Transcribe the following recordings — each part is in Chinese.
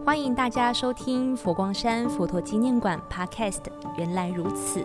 欢迎大家收听佛光山佛陀纪念馆 Podcast。原来如此，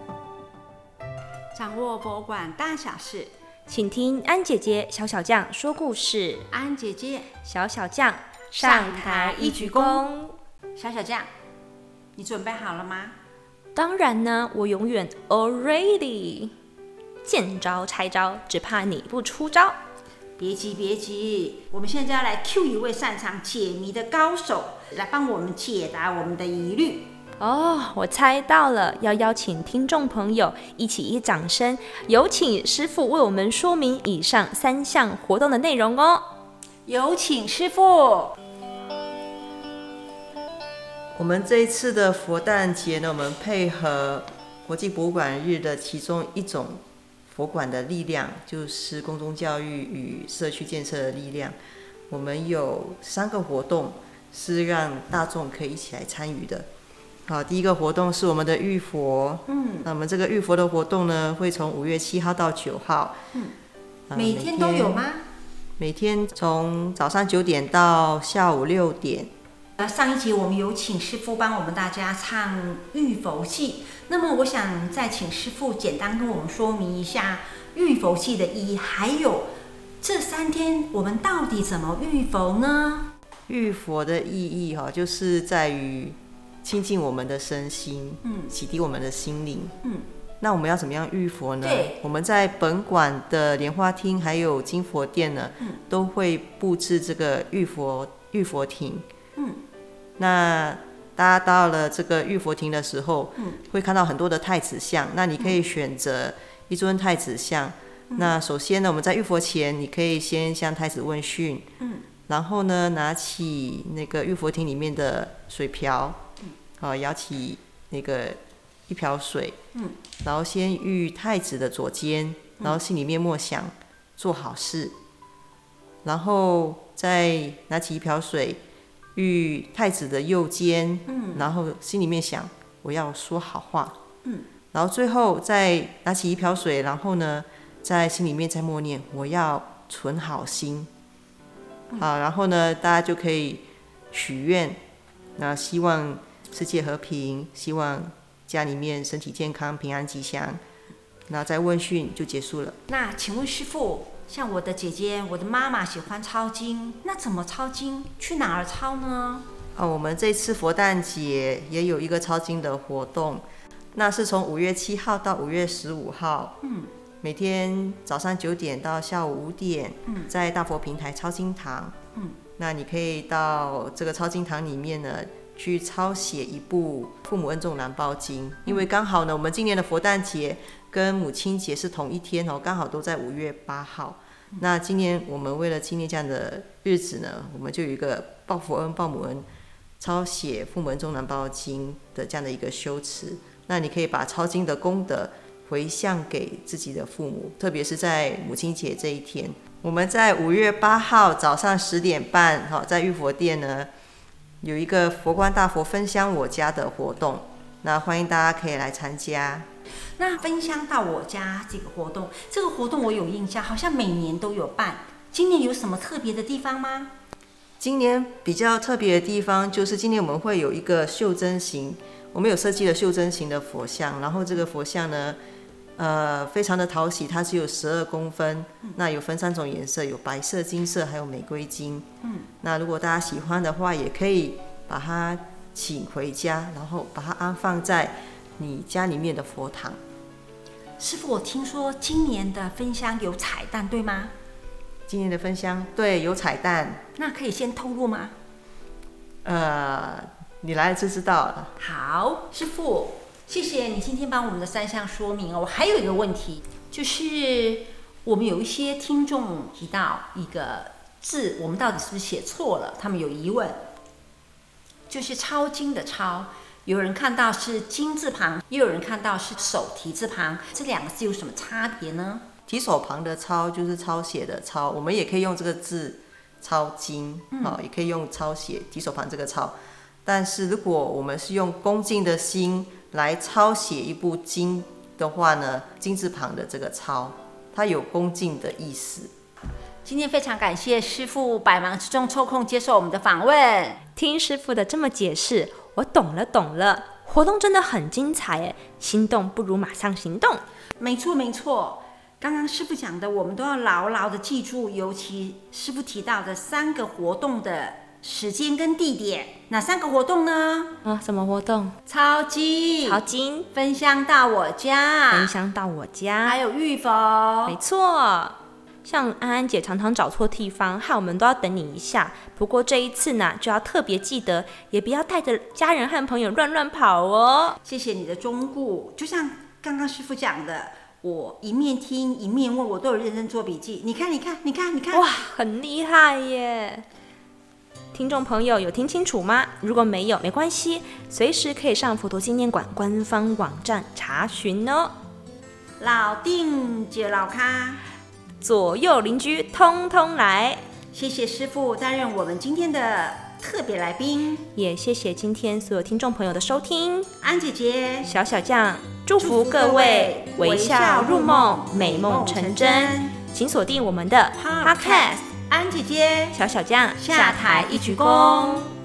掌握博物馆大小事， 请听安姐姐小小酱说故事。 安姐姐小小酱上台一鞠躬。 小小酱，你准备好了吗？ 当然呢，我永远 already。见招拆招，只怕你不出招。 别急，我们现在要来 Q 一位擅长解谜的高手，来帮我们解答我们的疑虑。 我猜到了，要邀请听众朋友一起以掌声，有请师父为我们说明以上3项活动的内容哦。 有请师父。 我们这一次的佛诞节呢，我们配合国际博物馆日的其中一种佛馆的力量，就是公众教育与社区建设的力量。我们有3个活动是让大众可以一起来参与的。好，第一个活动是我们的浴佛。那我们这个浴佛的活动呢，会从5月7号到9号。 每天都有吗？ 每天从早上9点到下午6点。 上一集我们有请师父帮我们大家唱浴佛记，那么我想再请师父简单跟我们说明一下浴佛记的意义，还有这3天我们到底怎么浴佛呢？ 浴佛的意义就是在于亲近我们的身心，洗涤我们的心灵。那我们要怎么样浴佛呢？我们在本馆的莲花厅还有金佛殿呢，都会布置这个浴佛亭。那大家到了这个浴佛亭的时候，会看到很多的太子像。那你可以选择一尊太子像。那首先呢，我们在浴佛前，你可以先向太子问讯。然后呢，拿起那个浴佛亭里面的水瓢，舀起那个一瓢水，然后先浴太子的左肩，然后心里面默想做好事，然后再拿起一瓢水浴太子的右肩，然后心里面想我要说好话，然后最后再拿起一瓢水，然后呢，在心里面再默念我要存好心。好，然后呢，大家就可以许愿，那希望世界和平，希望家里面身体健康、平安吉祥，那再问讯就结束了。 那请问师父，像我的姐姐、我的妈妈喜欢抄经，那怎么抄经？去哪儿抄呢？ 我们这次佛诞节也有一个抄经的活动，那是从5月7号到5月15号。每天早上9点到下午5点，在大佛平台抄经堂。那你可以到这个抄经堂里面呢，去抄写一部《父母恩重难报经》，因为刚好呢，我们今年的佛诞节跟母亲节是同一天刚好都在5月8号。那今年我们为了纪念这样的日子呢，我们就有一个报佛恩、报母恩，抄写《父母恩重难报经》的这样的一个修持。那你可以把抄经的功德回向给自己的父母，特别是在母亲节这一天。我们在5月8号早上10点半，在浴佛殿呢，有一个佛光大佛分香我家的活动，那欢迎大家可以来参加。 那分香到我家这个活动我有印象，好像每年都有办。今年有什么特别的地方吗？ 今年比较特别的地方就是今年我们会有一个袖珍型，我们有设计了袖珍型的佛像，然后这个佛像呢，非常的讨喜，它只有12公分，那有分3种颜色，有白色、金色，还有玫瑰金。那如果大家喜欢的话，也可以把它请回家，然后把它安放在你家里面的佛堂。 师父，我听说今年的分香有彩蛋，对吗？ 今年的分香，对，有彩蛋。 那可以先透露吗？ 你来了就知道了。 好，师父，谢谢你今天帮我们的3项说明。我还有一个问题，就是我们有一些听众提到一个字，我们到底是不是写错了？他们有疑问，就是抄经的抄，有人看到是金字旁，也有人看到是手提字旁，这2个字有什么差别呢？ 提手旁的抄就是抄写的抄，我们也可以用这个字抄经，也可以用抄写提手旁这个抄。但是如果我们是用恭敬的心来抄写一部经的话呢，金字旁的这个抄，它有恭敬的意思。 今天非常感谢师父百忙之中抽空接受我们的访问。 听师父的这么解释，我懂了。活动真的很精彩耶，心动不如马上行动。 没错，刚刚师父讲的，我们都要牢牢的记住，尤其师父提到的3个活动的时间跟地点。哪3个活动呢？ 什么活动？ 抄经、分香到我家，还有浴佛。 没错。像安安姐常常找错地方，害我们都要等你一下。不过这一次呢，就要特别记得，也不要带着家人和朋友乱跑哦。 谢谢你的忠告。就像刚刚师父讲的，我一面听一面问，我都有认真做笔记。你看， 哇，很厉害耶！听众朋友有听清楚吗？如果没有，没关系，随时可以上佛陀纪念馆官方网站查询哦。 老定接老咖， 左右邻居通通来。 谢谢师父担任我们今天的特别来宾， 也谢谢今天所有听众朋友的收听。 安姐姐、 小酱祝福各位微笑入梦，美梦成真。请锁定我们的 Podcast， 安姐姐、 小酱下台一鞠躬。